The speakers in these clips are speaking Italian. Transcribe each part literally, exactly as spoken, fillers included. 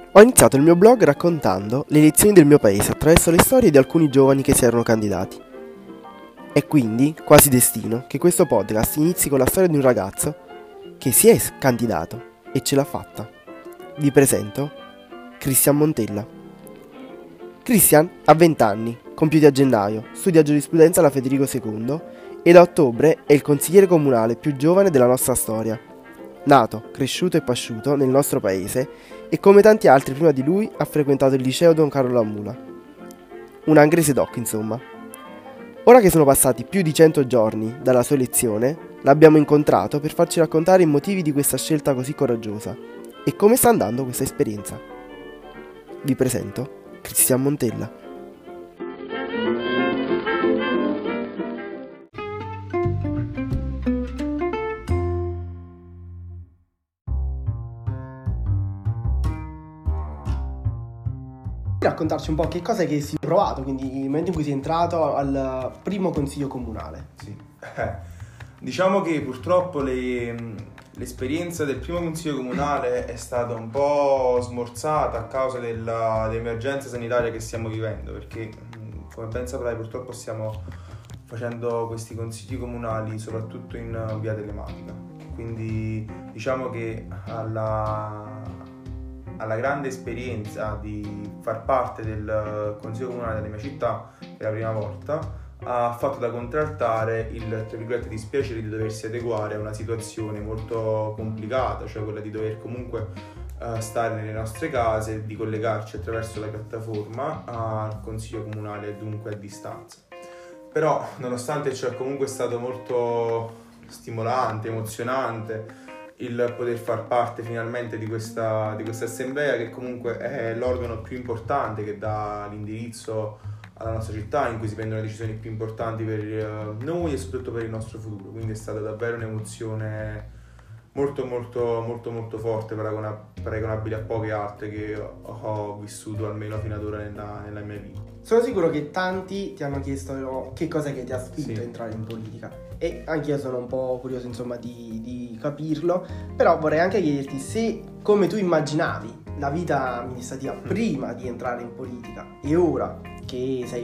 Ho iniziato il mio blog raccontando le elezioni del mio paese attraverso le storie di alcuni giovani che si erano candidati. È quindi quasi destino che questo podcast inizi con la storia di un ragazzo che si è candidato e ce l'ha fatta. Vi presento Cristian Montella. Cristian ha venti anni, compiuti a gennaio, studia giurisprudenza alla Federico secondo e da ottobre è il consigliere comunale più giovane della nostra storia. Nato, cresciuto e pasciuto nel nostro paese e come tanti altri prima di lui ha frequentato il liceo Don Carlo Lammula. Un angrese doc, insomma. Ora che sono passati più di cento giorni dalla sua elezione, l'abbiamo incontrato per farci raccontare i motivi di questa scelta così coraggiosa e come sta andando questa esperienza. Vi presento Cristian Montella. Raccontarci un po' che cosa è che si è provato, quindi il momento in cui sei entrato al primo consiglio comunale. Sì, eh, diciamo che purtroppo le, l'esperienza del primo consiglio comunale è stata un po' smorzata a causa della, dell'emergenza sanitaria che stiamo vivendo, perché come ben saprai purtroppo stiamo facendo questi consigli comunali soprattutto in via telematica, quindi diciamo che alla... alla grande esperienza di far parte del Consiglio Comunale della mia città per la prima volta ha fatto da contraltare il, tra virgolette, dispiacere di doversi adeguare a una situazione molto complicata, cioè quella di dover comunque uh, stare nelle nostre case, di collegarci attraverso la piattaforma al Consiglio Comunale, dunque a distanza. Però, nonostante ciò, è comunque stato molto stimolante, emozionante il poter far parte finalmente di questa, di questa assemblea, che comunque è l'organo più importante che dà l'indirizzo alla nostra città, in cui si prendono le decisioni più importanti per noi e soprattutto per il nostro futuro. Quindi è stata davvero un'emozione molto molto molto molto forte, paragonabile a poche altre che ho vissuto almeno fino ad ora nella, nella mia vita. Sono sicuro che tanti ti hanno chiesto che cosa che ti ha spinto Sì. a entrare in politica e anche io sono un po' curioso insomma di, di capirlo, però vorrei anche chiederti se, come tu immaginavi la vita amministrativa mm. prima di entrare in politica e ora che sei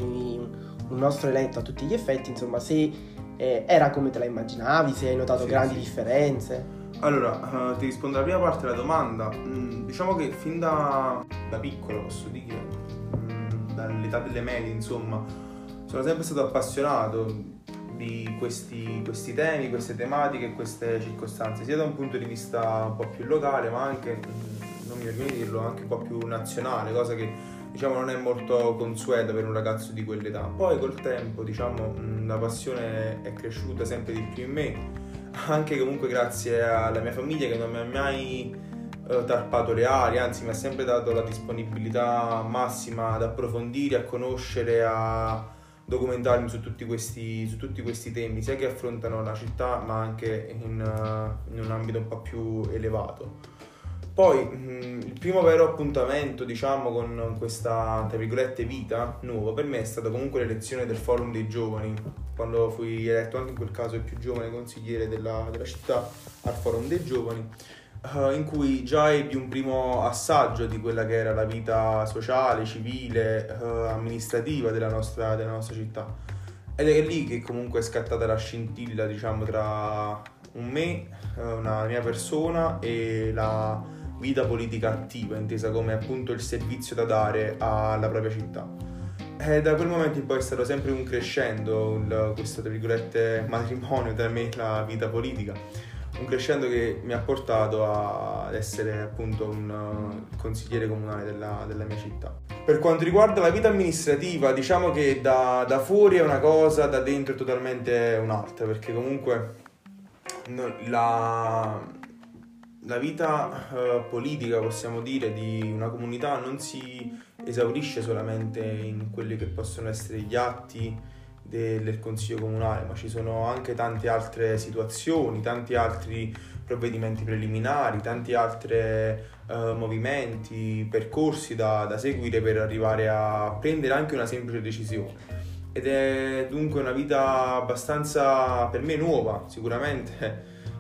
un nostro eletto a tutti gli effetti, insomma, se eh, era come te la immaginavi, se hai notato sì, grandi sì. differenze. Allora, uh, ti rispondo alla prima parte della domanda. Mm, diciamo che fin da, da piccolo, posso dire, mm, dall'età delle medie, insomma, sono sempre stato appassionato di questi, questi temi, queste tematiche e queste circostanze, sia da un punto di vista un po' più locale, ma anche, mm, non mi vergogno di dirlo, anche un po' più nazionale, cosa che diciamo non è molto consueta per un ragazzo di quell'età. Poi col tempo, diciamo, mm, la passione è cresciuta sempre di più in me, anche comunque grazie alla mia famiglia che non mi ha mai eh, tarpato le ali, anzi mi ha sempre dato la disponibilità massima ad approfondire, a conoscere, a documentarmi su tutti questi, su tutti questi temi, sia che affrontano la città ma anche in, uh, in un ambito un po' più elevato. Poi mh, il primo vero appuntamento, diciamo, con questa, tra virgolette, vita nuova per me è stata comunque l'elezione del Forum dei Giovani, quando fui eletto anche in quel caso il più giovane consigliere della, della città al Forum dei Giovani, uh, in cui già ebbi un primo assaggio di quella che era la vita sociale, civile, uh, amministrativa della nostra, della nostra città. Ed è lì che comunque è scattata la scintilla, diciamo, tra un me, una mia persona e la vita politica attiva, intesa come appunto il servizio da dare alla propria città. E da quel momento in poi è stato sempre un crescendo il, questo, tra virgolette, matrimonio tra me e la vita politica, un crescendo che mi ha portato a, ad essere appunto un uh, consigliere comunale della, della mia città. Per quanto riguarda la vita amministrativa, diciamo che da, da fuori è una cosa, da dentro è totalmente un'altra, perché comunque no, la... La vita uh, politica, possiamo dire, di una comunità non si esaurisce solamente in quelli che possono essere gli atti del, del Consiglio Comunale, ma ci sono anche tante altre situazioni, tanti altri provvedimenti preliminari, tanti altri uh, movimenti, percorsi da, da seguire per arrivare a prendere anche una semplice decisione. Ed è dunque una vita abbastanza, per me, nuova, sicuramente,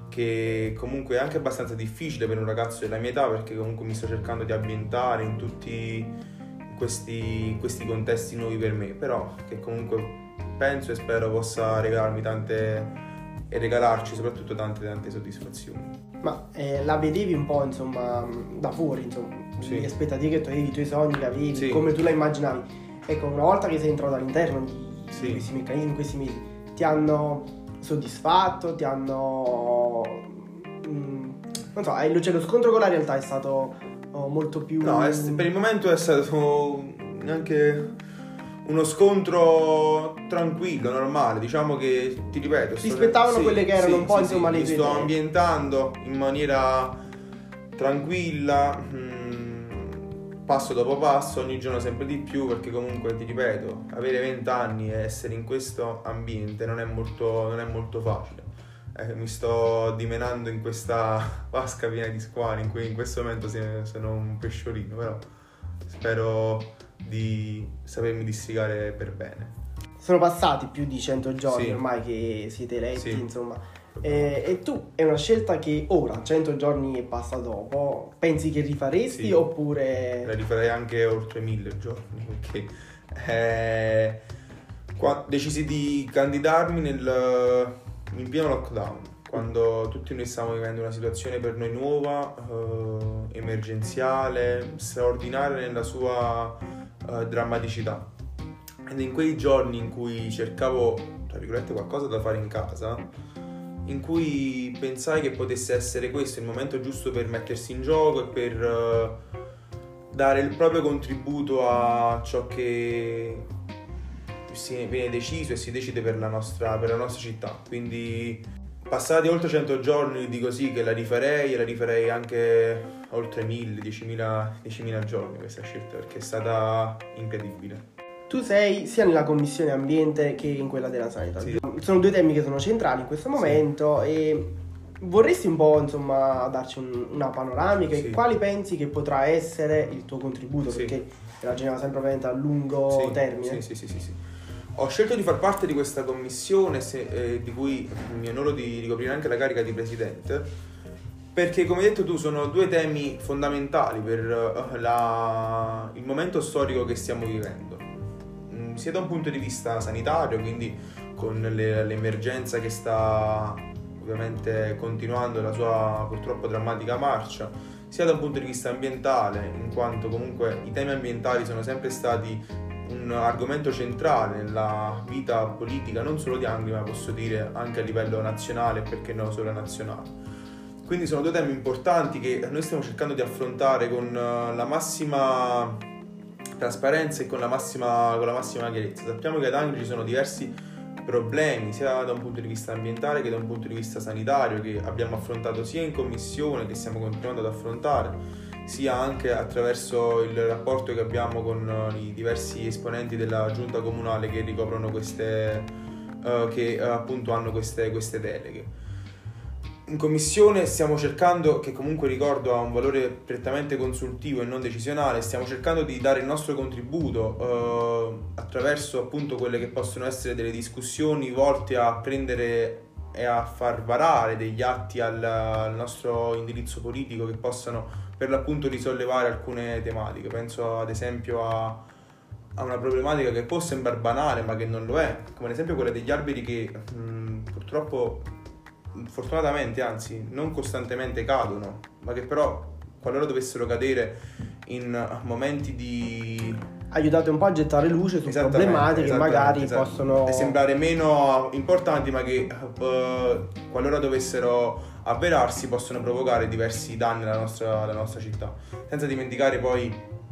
che comunque è anche abbastanza difficile per un ragazzo della mia età, perché comunque mi sto cercando di ambientare in tutti questi, questi contesti nuovi per me, però che comunque penso e spero possa regalarmi tante e regalarci soprattutto tante tante soddisfazioni. Ma eh, la vedevi un po', insomma, da fuori, insomma, Sì. le aspettative che tu avevi, i tuoi sogni che avevi, Sì. come tu la immaginavi. Ecco, una volta che sei entrato all'interno di, Sì. di questi meccanismi, in questi mesi, ti hanno soddisfatto, ti hanno... mm, non so, eh, cioè, lo scontro con la realtà è stato oh, molto più... No, è, per il momento è stato neanche uno scontro tranquillo, normale. Diciamo che, ti ripeto, Si sto- aspettavano sì, quelle che erano sì, un po', sì, insomma, sì, le mi tue sto idee. ambientando in maniera tranquilla, mm, passo dopo passo, ogni giorno sempre di più, perché comunque, ti ripeto, avere venti anni e essere in questo ambiente non è molto, non è molto facile. Eh, mi sto dimenando in questa vasca piena di squali in cui in questo momento se- sono un pesciolino, però spero di sapermi districare per bene. Sono passati più di cento giorni Sì. ormai che siete eletti, Sì. insomma. E, e tu, è una scelta che ora, cento giorni e passa dopo, pensi che rifaresti Sì. oppure... La rifarei anche oltre mille giorni, perché eh, qua, decisi di candidarmi nel, in pieno lockdown, quando tutti noi stavamo vivendo una situazione per noi nuova, eh, emergenziale, straordinaria nella sua eh, drammaticità. Ed in quei giorni in cui cercavo, tra virgolette, qualcosa da fare in casa, in cui pensai che potesse essere questo il momento giusto per mettersi in gioco e per uh, dare il proprio contributo a ciò che si viene deciso e si decide per la nostra, per la nostra città. Quindi, passati oltre cento giorni, dico sì che la rifarei, e la rifarei anche oltre mille, diecimila, diecimila giorni questa scelta, perché è stata incredibile. Tu sei sia nella commissione ambiente che in quella della sanità. Sì. Sono due temi che sono centrali in questo momento e vorresti un po', insomma, darci un- una panoramica e Sì. quali pensi che potrà essere il tuo contributo, Sì. perché ragioniamo sempre ovviamente a lungo Sì, termine. Sì, sì, sì, sì, sì. Ho scelto di far parte di questa commissione, se- eh, di cui mi onoro di ricoprire anche la carica di presidente, perché, come hai detto tu, sono due temi fondamentali per eh, la- il momento storico che stiamo vivendo. Mm, sia da un punto di vista sanitario, quindi con le- l'emergenza che sta ovviamente continuando la sua purtroppo drammatica marcia, sia da un punto di vista ambientale, in quanto comunque i temi ambientali sono sempre stati un argomento centrale nella vita politica non solo di Angli, ma posso dire anche a livello nazionale e perché no sovranazionale. Quindi sono due temi importanti che noi stiamo cercando di affrontare con eh, la massima trasparenza e con la massima, con la massima chiarezza. Sappiamo che ad Angli ci sono diversi problemi, sia da un punto di vista ambientale che da un punto di vista sanitario, che abbiamo affrontato sia in commissione, che stiamo continuando ad affrontare, sia anche attraverso il rapporto che abbiamo con uh, i diversi esponenti della giunta comunale che ricoprono queste, uh, che uh, appunto hanno queste, queste deleghe. In commissione stiamo cercando, che comunque ricordo ha un valore prettamente consultivo e non decisionale, stiamo cercando di dare il nostro contributo uh, attraverso appunto quelle che possono essere delle discussioni volte a prendere e a far varare degli atti al, al nostro indirizzo politico che possano per l'appunto risollevare alcune tematiche. Penso ad esempio a, a una problematica che può sembrare banale ma che non lo è, come ad esempio quella degli alberi che mh, purtroppo, fortunatamente anzi non costantemente cadono, ma che però qualora dovessero cadere in momenti di... Aiutate un po' a gettare luce su Esattamente, problematiche che esattamente, magari esatto. possono E sembrare meno importanti, ma che uh, qualora dovessero avverarsi possono provocare diversi danni alla nostra, alla nostra città. Senza dimenticare poi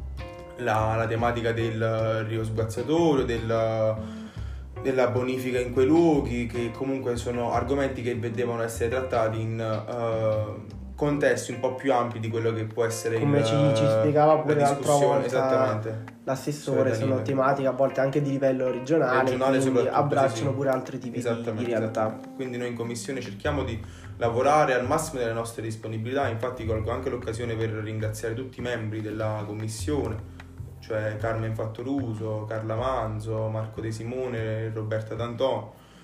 la, la tematica del rio sguazzatorio, del, della bonifica in quei luoghi, che comunque sono argomenti che devono essere trattati in uh, contesti un po' più ampi di quello che può essere come il, ci, ci spiegava pure la l'altra discussione. volta Esattamente. l'assessore, Sulle sono danime. tematiche a volte anche di livello regionale, regionale quindi soprattutto, abbracciano sì, sì. pure altri tipi di, di Esattamente, realtà. esattamente. Quindi noi in commissione cerchiamo di lavorare al massimo delle nostre disponibilità. Infatti colgo anche l'occasione per ringraziare tutti i membri della commissione, cioè Carmen Fattoruso, Carla Manzo, Marco De Simone, Roberta D'Anton,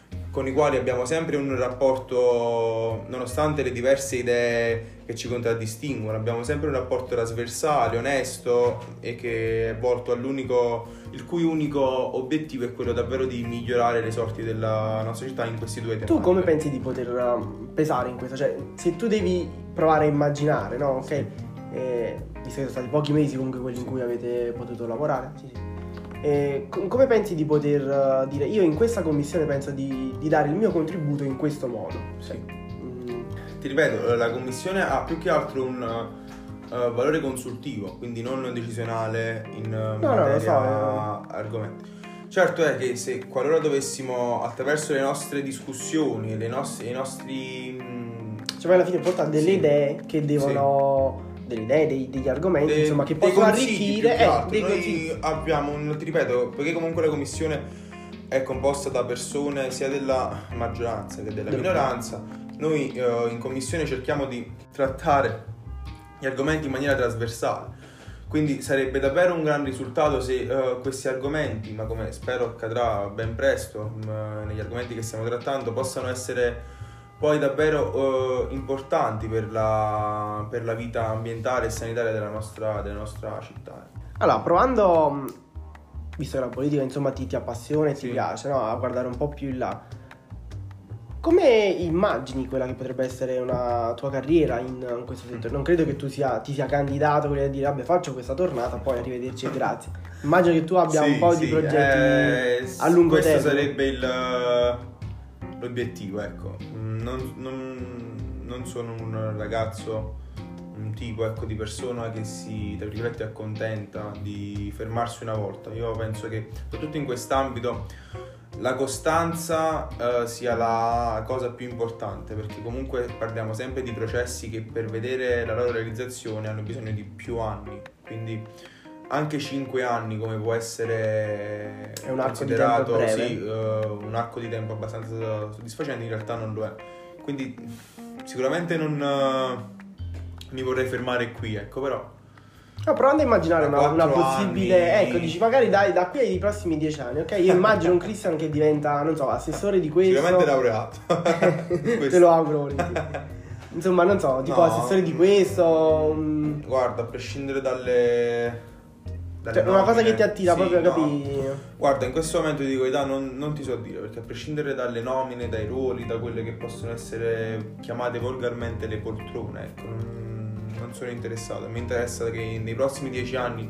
con i quali abbiamo sempre un rapporto, nonostante le diverse idee che ci contraddistinguono, abbiamo sempre un rapporto trasversale, onesto e che è volto all'unico, il cui unico obiettivo è quello davvero di migliorare le sorti della nostra città in questi due tematiche. Tu come pensi di poter pesare in questo? Cioè, se tu devi provare a immaginare, no? Ok, sì. eh, visto che sono stati pochi mesi comunque quelli sì. in cui avete potuto lavorare, sì, sì. Eh, come pensi di poter uh, dire io in questa commissione penso di, di dare il mio contributo in questo modo? Sì. Mm. Ti ripeto, la commissione ha più che altro un uh, valore consultivo, quindi non decisionale in uh, no, materia no, lo so, eh. argomenti. Certo è che se qualora dovessimo attraverso le nostre discussioni, le nostre, i nostri mh, cioè alla fine portare delle sì. idee che devono sì. delle idee, dei, degli argomenti, De, insomma, che possono arricchire. Eh, dei Noi consigli. abbiamo un, ti ripeto, perché comunque la commissione è composta da persone sia della maggioranza che della minoranza. Noi eh, in commissione cerchiamo di trattare gli argomenti in maniera trasversale. Quindi sarebbe davvero un gran risultato se uh, questi argomenti, ma come spero accadrà ben presto uh, negli argomenti che stiamo trattando, possano essere poi davvero uh, importanti per la, per la vita ambientale e sanitaria della nostra, della nostra città. Allora, provando, visto che la politica insomma ti, ti appassiona e sì. ti piace, no? A guardare un po' più in là, come immagini quella che potrebbe essere una tua carriera in, in questo settore? Non credo che tu sia, ti sia candidato a dire vabbè faccio questa tornata, poi arrivederci e grazie. Immagino che tu abbia sì, un po' sì, di progetti eh, a lungo questo termine. Questo sarebbe il, l'obiettivo, ecco. Non, non, non sono un ragazzo, un tipo ecco, di persona che si, tra virgolette, accontenta di fermarsi una volta. Io penso che, soprattutto in quest'ambito, la costanza uh, sia la cosa più importante, perché comunque parliamo sempre di processi che per vedere la loro realizzazione hanno bisogno di più anni, quindi anche cinque anni come può essere è un arco considerato di tempo breve. Sì, uh, un arco di tempo abbastanza soddisfacente, in realtà non lo è, quindi sicuramente non uh, mi vorrei fermare qui, ecco, però No, provando a immaginare una, una possibile anni. Ecco, dici magari dai, da qui ai prossimi dieci anni, ok? Io immagino un Christian che diventa, non so, assessore di questo. Sicuramente laureato. Te lo auguro. Insomma, non so, tipo no, assessore di questo. Mh... Guarda, a prescindere dalle, dalle cioè, nomine, una cosa che ti attira sì, proprio, no. capi? Guarda, in questo momento ti dico verità, non, non ti so dire, perché a prescindere dalle nomine, dai ruoli, da quelle che possono essere chiamate volgarmente le poltrone, ecco, non, non sono interessato. Mi interessa che nei prossimi dieci anni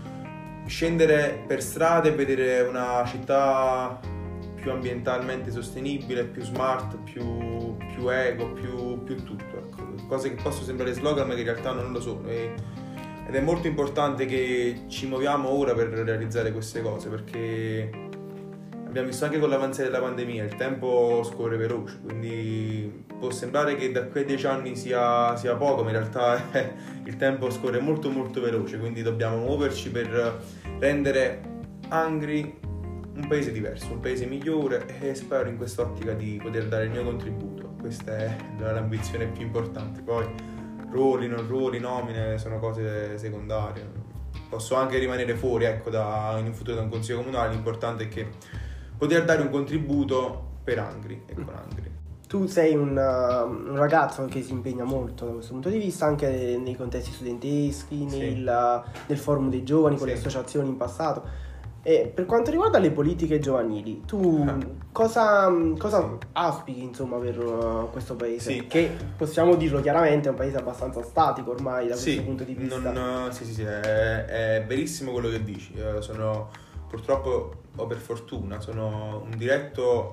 scendere per strada e vedere una città più ambientalmente sostenibile, più smart, più, più eco, più, più tutto, ecco. Cose che possono sembrare slogan ma che in realtà non lo sono, e, ed è molto importante che ci muoviamo ora per realizzare queste cose, perché abbiamo visto anche con l'avanzare della pandemia, il tempo scorre veloce, quindi può sembrare che da qui a dieci anni sia, sia poco, ma in realtà eh, il tempo scorre molto molto veloce, quindi dobbiamo muoverci per rendere Angri un paese diverso, un paese migliore, e spero in quest'ottica di poter dare il mio contributo. Questa è l'ambizione più importante. Poi ruoli, non ruoli, nomine sono cose secondarie. Posso anche rimanere fuori, ecco, da, in un futuro da un consiglio comunale. L'importante è che poter dare un contributo per Angri e con Angri. Tu sei un, uh, un ragazzo che si impegna molto da questo punto di vista, anche nei contesti studenteschi, sì. nel, nel forum dei giovani, con sì. le associazioni in passato. E per quanto riguarda le politiche giovanili, tu cosa, cosa sì. auspichi insomma per uh, questo paese? Sì. Che possiamo dirlo chiaramente è un paese abbastanza statico ormai da sì. questo punto di vista. Non, sì, sì, sì, è, è verissimo quello che dici. Io sono purtroppo o per fortuna sono un diretto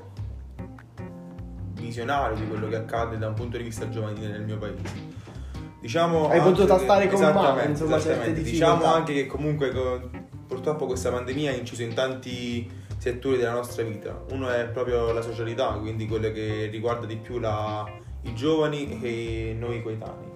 visionario di quello che accade da un punto di vista giovanile nel mio paese. Diciamo hai potuto tastare con mano, insomma, certe diciamo anche che comunque con, purtroppo questa pandemia ha inciso in tanti settori della nostra vita. Uno è proprio la socialità, quindi quello che riguarda di più la, i giovani e noi coetanei.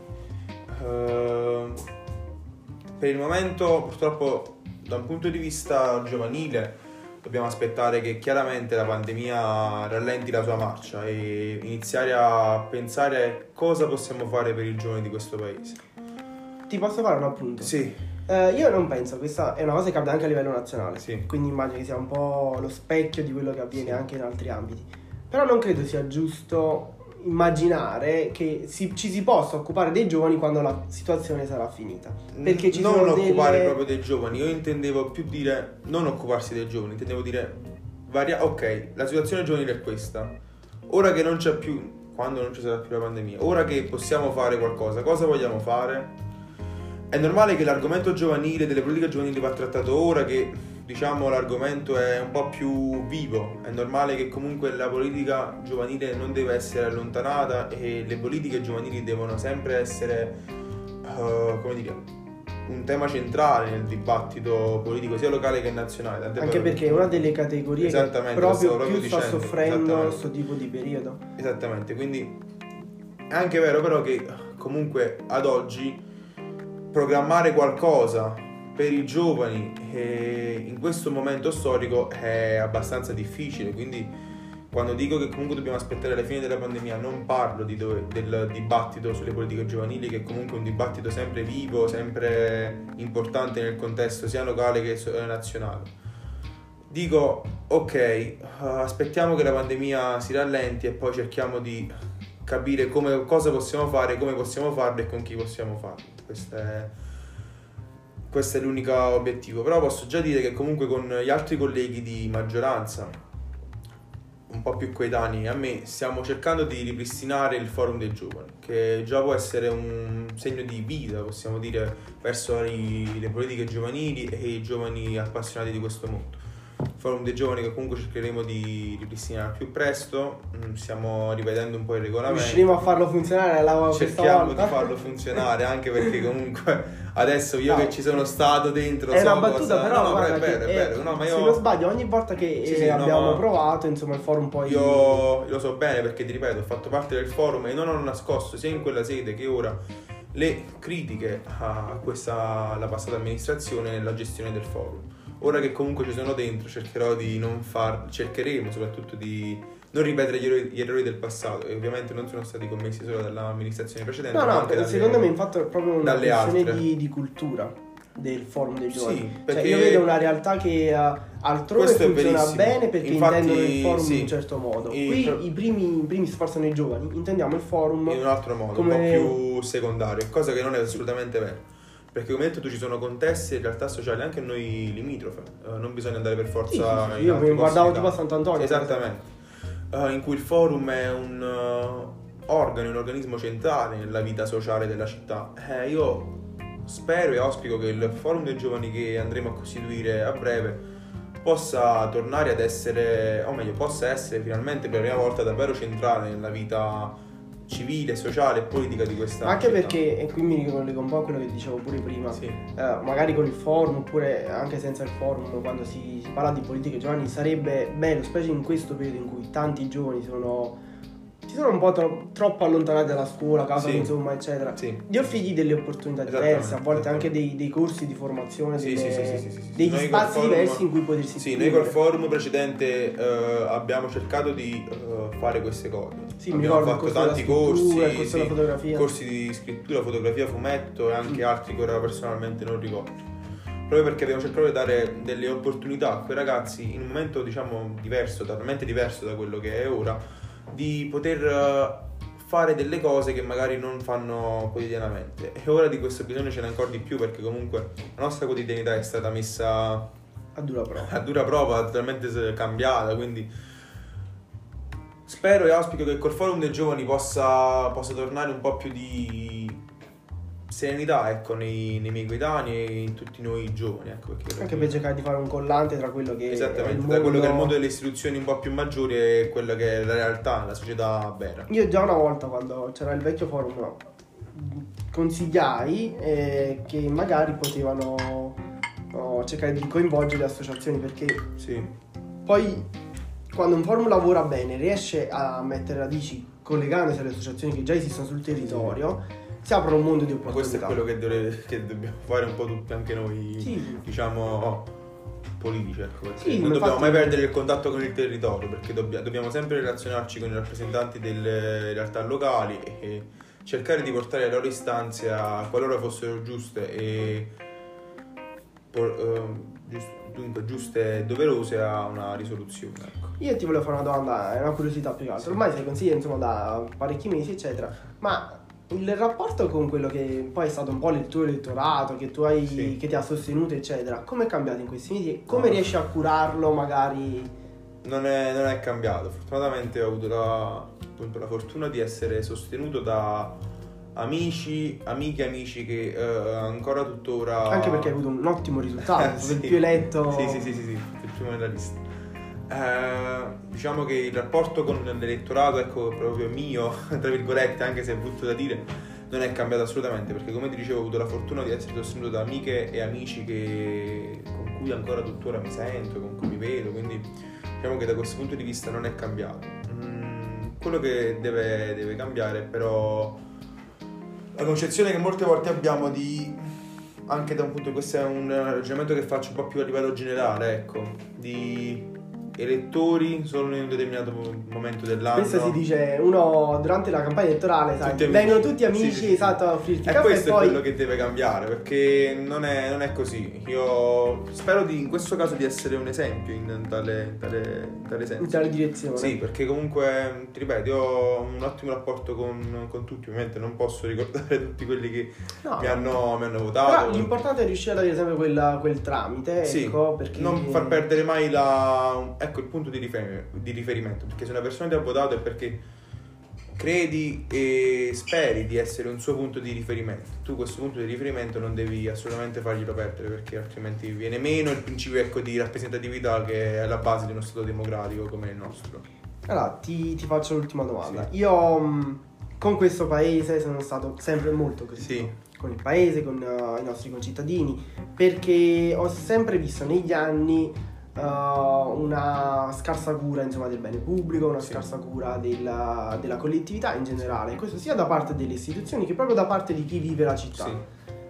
Uh, per il momento purtroppo da un punto di vista giovanile dobbiamo aspettare che chiaramente la pandemia rallenti la sua marcia e iniziare a pensare cosa possiamo fare per i giovani di questo paese. Ti posso fare un appunto? Sì. Eh, io non penso, questa è una cosa che accade anche a livello nazionale, sì. quindi immagino che sia un po' lo specchio di quello che avviene sì. anche in altri ambiti. Però non credo sia giusto immaginare che si, ci si possa occupare dei giovani quando la situazione sarà finita. Perché ci non sono occupare delle... proprio dei giovani, io intendevo più dire non occuparsi dei giovani, intendevo dire varia... ok, la situazione giovanile è questa. Ora che non c'è più, quando non ci sarà più la pandemia, ora che possiamo fare qualcosa, cosa vogliamo fare? È normale che l'argomento giovanile, delle politiche giovanili va trattato ora che, diciamo, l'argomento è un po' più vivo. È normale che comunque la politica giovanile non deve essere allontanata e le politiche giovanili devono sempre essere, uh, come dire, un tema centrale nel dibattito politico sia locale che nazionale. Tant'è Anche per... perché è una delle categorie che proprio più sta soffrendo questo tipo di periodo. Esattamente, quindi è anche vero però che comunque ad oggi programmare qualcosa per i giovani eh, in questo momento storico è abbastanza difficile, quindi quando dico che comunque dobbiamo aspettare la fine della pandemia non parlo di dove, del dibattito sulle politiche giovanili, che è comunque un dibattito sempre vivo, sempre importante nel contesto sia locale che nazionale. Dico ok, aspettiamo che la pandemia si rallenti e poi cerchiamo di capire come, cosa possiamo fare, come possiamo farlo e con chi possiamo farlo. Questo è, questo è l'unico obiettivo. Però posso già dire che comunque con gli altri colleghi di maggioranza un po' più coetanei a me stiamo cercando di ripristinare il forum dei giovani, che già può essere un segno di vita, possiamo dire, verso i, le politiche giovanili e i giovani appassionati di questo mondo. Forum dei giovani che comunque cercheremo di ripristinare al più presto, stiamo rivedendo un po' il regolamento. Riusciremo a farlo funzionare alla cerchiamo di farlo funzionare anche perché comunque adesso io no. che ci sono stato dentro è so una battuta cosa... però no, no, è vero, è vero. No, ma io... se non sbaglio ogni volta che sì, sì, abbiamo no, provato insomma il forum poi io lo so bene perché ti ripeto ho fatto parte del forum e non ho nascosto sia in quella sede che ora le critiche a questa la passata amministrazione nella gestione del forum. Ora che comunque ci sono dentro cercherò di non far cercheremo soprattutto di non ripetere gli errori, gli errori del passato, e ovviamente non sono stati commessi solo dall'amministrazione precedente. No, ma no, anche dalle, secondo me infatti è proprio una questione di, di cultura del forum dei giovani. Sì, perché cioè, io vedo una realtà che uh, altrove funziona bene perché infatti, intendono il forum sì, in un certo modo. Qui pro... i primi, i primi sforzano i giovani, intendiamo il forum in un altro modo, come... un po' più secondario, cosa che non è assolutamente vero. Perché come hai detto tu ci sono contesti e realtà sociali anche noi limitrofe, uh, non bisogna andare per forza sì, sì, sì, io mi guardavo tipo a Sant'Antonio esattamente uh, in cui il forum è un uh, organo, un organismo centrale nella vita sociale della città. Eh, io spero e auspico che il forum dei giovani che andremo a costituire a breve possa tornare ad essere, o meglio possa essere finalmente per la prima volta davvero centrale nella vita civile, sociale e politica di questa anche città. Perché, e qui mi ricollego un po' a quello che dicevo pure prima, sì. eh, magari con il forum oppure anche senza il forum, quando si, si parla di politiche giovani sarebbe bello, specie in questo periodo in cui tanti giovani sono si sono un po' tro- troppo allontanati dalla scuola, casa sì. insomma eccetera, sì. di offrirgli delle opportunità diverse, a volte anche dei, dei corsi di formazione, sì, delle, sì, sì, sì, sì, sì. degli noi spazi forum, diversi in cui potersi sì, esprimere. noi col forum precedente uh, abbiamo cercato di uh, fare queste cose. Sì, abbiamo fatto tanti corsi, corsi sì, della fotografia. corsi di scrittura, fotografia, fumetto e anche mm. altri che ora personalmente non ricordo. Proprio perché abbiamo cercato di dare delle opportunità a quei ragazzi in un momento diciamo diverso, totalmente diverso da quello che è ora, di poter uh, fare delle cose che magari non fanno quotidianamente, e ora di questo bisogno ce n'è ancora di più perché comunque la nostra quotidianità è stata messa a dura prova, a dura prova, totalmente cambiata, quindi spero e auspico che col forum dei giovani possa, possa tornare un po' più di serenità, ecco, nei, nei miei coetanei e in tutti noi giovani, ecco, perché anche per cercare di fare un collante tra quello che esattamente, è il tra mondo... quello che è il mondo delle istituzioni un po' più maggiori e quello che è la realtà, la società vera. Io già una volta, quando c'era il vecchio forum, consigliai eh, che magari potevano no, cercare di coinvolgere le associazioni, perché sì. poi quando un forum lavora bene riesce a mettere radici collegandosi alle associazioni che già esistono sul territorio, sì. si apre un mondo di opportunità. Ma questo è quello che, dovre- che dobbiamo fare un po' tutti, anche noi, sì. diciamo, politici, ecco, perché sì, non dobbiamo infatti... mai perdere il contatto con il territorio, perché dobb- dobbiamo sempre relazionarci con i rappresentanti delle realtà locali e cercare di portare le loro istanze, a, qualora fossero giuste e por- uh, giusto, dunque giuste e doverose a una risoluzione, ecco. Io ti volevo fare una domanda, è una curiosità più che altro. Ormai sei consigliere insomma da parecchi mesi eccetera, ma il rapporto con quello che poi è stato un po' il tuo elettorato, che tu hai, Sì. che ti ha sostenuto eccetera, come è cambiato in questi mesi? Come No. riesci a curarlo magari? Non è, non è cambiato, fortunatamente ho avuto la, appunto, la fortuna di essere sostenuto da amici, amiche, amici che eh, ancora tuttora... Anche perché hai avuto un ottimo risultato, Sì. il più eletto. Sì, sì, sì, sì, sì, il primo nella lista. Eh, diciamo che il rapporto con l'elettorato, ecco, proprio mio, tra virgolette, anche se è brutto da dire, non è cambiato assolutamente, perché come ti dicevo ho avuto la fortuna di essere sostenuto da amiche e amici che, con cui ancora tuttora mi sento, con cui mi vedo, quindi diciamo che da questo punto di vista non è cambiato. Mm, quello che deve, deve cambiare però la concezione che molte volte abbiamo di, anche da un punto, questo è un ragionamento che faccio un po' più a livello generale, ecco, di elettori solo in un determinato momento dell'anno. Questo si dice, uno durante la campagna elettorale, sai, Tutti amici. vengono tutti amici, Sì, sì, sì. esatto, a offrirti E caffè questo e poi... è quello che deve cambiare, perché non è, non è così. Io spero di, in questo caso di essere un esempio in tale, in tale, in tale senso. in tale direzione. Sì, perché comunque, ti ripeto, io ho un ottimo rapporto con, con tutti, ovviamente non posso ricordare tutti quelli che No, mi, hanno, mi hanno però votato. l'importante è riuscire ad avere sempre quel, quel tramite, Sì, ecco, perché... non far perdere mai la, ecco, il punto di, rifer- di riferimento, perché se una persona ti ha votato è perché credi e speri di essere un suo punto di riferimento. Tu questo punto di riferimento non devi assolutamente farglielo perdere, perché altrimenti viene meno il principio, ecco, di rappresentatività che è alla base di uno stato democratico come il nostro. Allora, ti, ti faccio l'ultima domanda. Sì. Io mh, con questo paese sono stato sempre molto critico. Sì. Con il paese, con uh, i nostri concittadini, perché ho sempre visto negli anni uh, una scarsa cura, insomma, del bene pubblico, una Sì. scarsa cura della, della collettività in generale. Questo sia da parte delle istituzioni che proprio da parte di chi vive la città. Sì.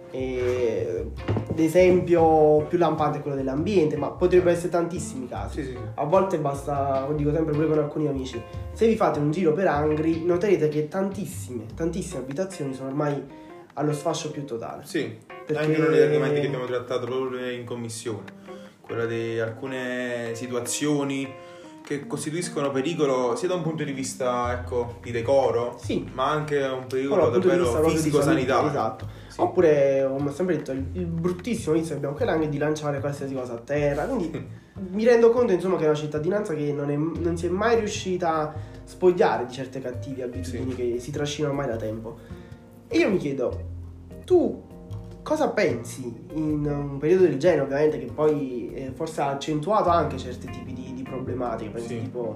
E, l'esempio più lampante è quello dell'ambiente, ma potrebbero essere tantissimi casi. Sì, sì, sì. A volte basta, lo dico sempre pure con alcuni amici, se vi fate un giro per Angri noterete che tantissime, tantissime abitazioni sono ormai allo sfascio più totale. Sì, Perché- anche uno degli argomenti che abbiamo trattato proprio in commissione, quella di alcune situazioni che costituiscono pericolo sia da un punto di vista, ecco, di decoro, Sì. ma anche un pericolo Però dal punto di davvero vista proprio di fisico-sanitario. salute, esatto. Sì. Oppure, come ho sempre detto, il, il bruttissimo inizio che abbiamo qui è di lanciare qualsiasi cosa a terra. Quindi mi rendo conto, insomma, che è una cittadinanza che non, è, non si è mai riuscita a spogliare di certe cattive abitudini Sì. che si trascinano ormai da tempo. E io mi chiedo, tu cosa pensi in un periodo del genere, ovviamente, che poi eh, forse ha accentuato anche certi tipi di, di problematiche, penso Sì. tipo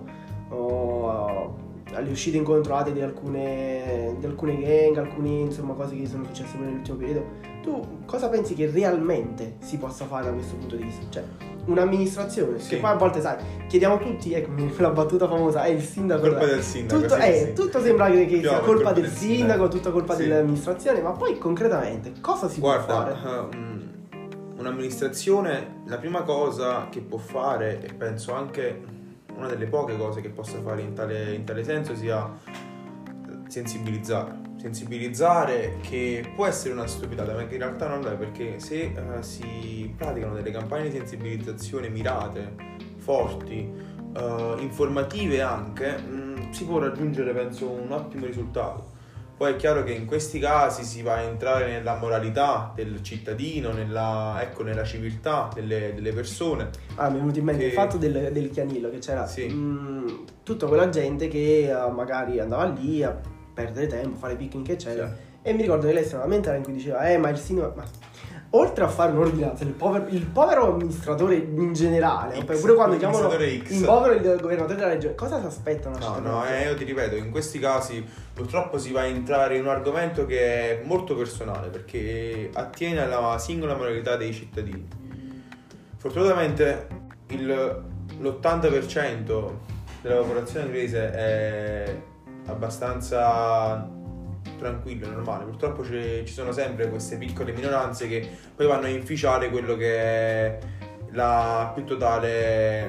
oh, alle uscite incontrate di alcune, di alcune gang, alcune insomma cose che sono successe nell'ultimo periodo. Tu cosa pensi che realmente si possa fare da questo punto di vista? Cioè, un'amministrazione, Sì. che poi a volte, sai, chiediamo tutti, ecco, la battuta famosa, è il sindaco. Colpa dai. del sindaco, Tutto, sì, eh, sì. tutto sembra che, che Piove, sia colpa colpa del del sindaco, sindaco. tutta colpa Sì. dell'amministrazione, ma poi concretamente cosa si può fare? Guarda, um, un'amministrazione, la prima cosa che può fare, e penso anche una delle poche cose che possa fare in tale, in tale senso, sia sensibilizzare. Sensibilizzare, che può essere una stupidata, ma che in realtà non lo è, perché se uh, si praticano delle campagne di sensibilizzazione mirate, forti, uh, informative anche, mh, si può raggiungere, penso, un ottimo risultato. Poi è chiaro che in questi casi si va a entrare nella moralità del cittadino, nella, ecco, nella civiltà delle, delle persone. Ah, mi è venuto in mente Che- il fatto del, del Chianillo, che c'era Sì. mh, tutta quella gente che uh, magari andava lì a perdere tempo, fare picnic eccetera, Sì. e mi ricordo che lei stava lamentare in cui diceva eh ma il sindaco, ma oltre a fare un'ordinanza, il povero, il povero amministratore in generale, X, poi pure quando chiamano l'amministratore X. in povero il governatore della regione, cosa si aspettano? No, no, eh, io ti ripeto, in questi casi purtroppo si va a entrare in un argomento che è molto personale, perché attiene alla singola moralità dei cittadini. Fortunatamente il, l'ottanta per cento della popolazione inglese è abbastanza tranquillo, normale. Purtroppo ci ci sono sempre queste piccole minoranze che poi vanno a inficiare quello che è la più totale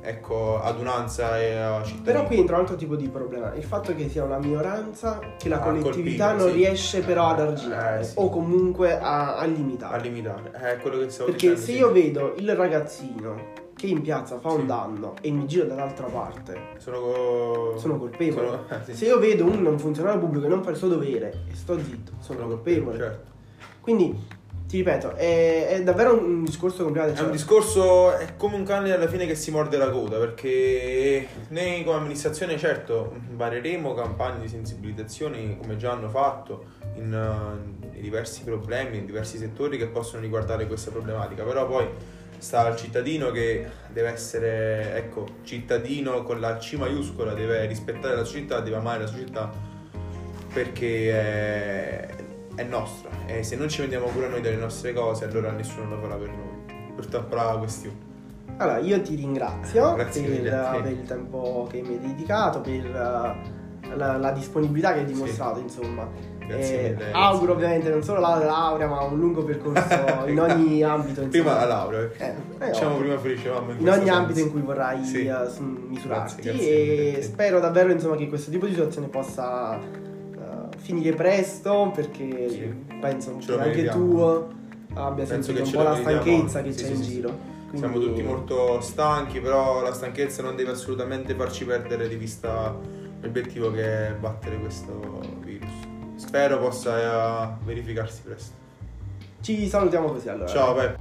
ecco, adunanza e uh, cittadini. Però qui entra un altro tipo di problema, il fatto che sia una minoranza che la A collettività colpire, non sì. riesce però ad arginare Eh, sì. o comunque a, a limitare. A limitare, è quello che stavo Perché dicendo. se sì. io vedo il ragazzino che in piazza fa un Sì. danno e mi giro dall'altra parte, Sono, co... sono colpevole. sono- eh, sì. Se io vedo un, un funzionario pubblico che non fa il suo dovere e sto zitto, sono, Sono colpevole. certo. Quindi, ti ripeto, è, è davvero un, un discorso complicato. È cioè- un discorso, è come un cane alla fine che si morde la coda, perché noi come amministrazione certo vareremo campagne di sensibilizzazione come già hanno fatto in, uh, in diversi problemi, in diversi settori che possono riguardare questa problematica, però poi sta al cittadino che deve essere, ecco, cittadino con la C maiuscola, deve rispettare la società, deve amare la società perché è, è nostra e se non ci vendiamo pure noi delle nostre cose allora nessuno lo farà per noi, purtroppo la questione. Allora, io ti ringrazio Grazie per, mille a te. per il tempo che mi hai dedicato, per uh, la, la disponibilità che hai dimostrato, insomma. Grazie Eh, mille. auguro ovviamente non solo la laurea, ma un lungo percorso in ogni ambito. Insomma. Prima la laurea, Eh, eh, diciamo ovvio. prima felice mamma in in questo ogni senso. ambito in cui vorrai Sì. uh, su- misurarti. Grazie, grazie mille. E spero davvero insomma, che questo tipo di situazione possa uh, finire presto, perché Sì. penso Ce che lo anche meritiamo. tu abbia Penso sentito che un ce po' lo la meritiamo stanchezza anche. che Sì, c'è sì, in sì. giro. Siamo Quindi- tutti molto stanchi, però la stanchezza non deve assolutamente farci perdere di vista l'obiettivo che è battere questo virus. Spero possa eh, verificarsi presto. Ci salutiamo così allora. Ciao Peppe.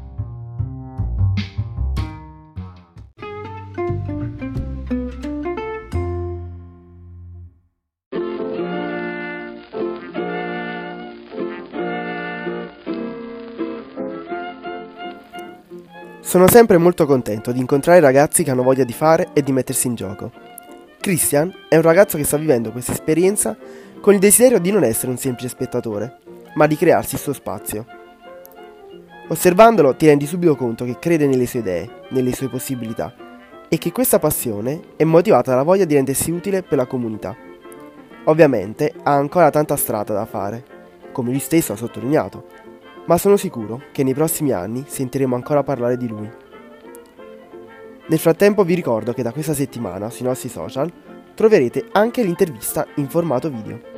Sono sempre molto contento di incontrare ragazzi che hanno voglia di fare e di mettersi in gioco. Christian è un ragazzo che sta vivendo questa esperienza con il desiderio di non essere un semplice spettatore, ma di crearsi il suo spazio. Osservandolo ti rendi subito conto che crede nelle sue idee, nelle sue possibilità e che questa passione è motivata dalla voglia di rendersi utile per la comunità. Ovviamente ha ancora tanta strada da fare, come lui stesso ha sottolineato, ma sono sicuro che nei prossimi anni sentiremo ancora parlare di lui. Nel frattempo vi ricordo che da questa settimana sui nostri social troverete anche l'intervista in formato video.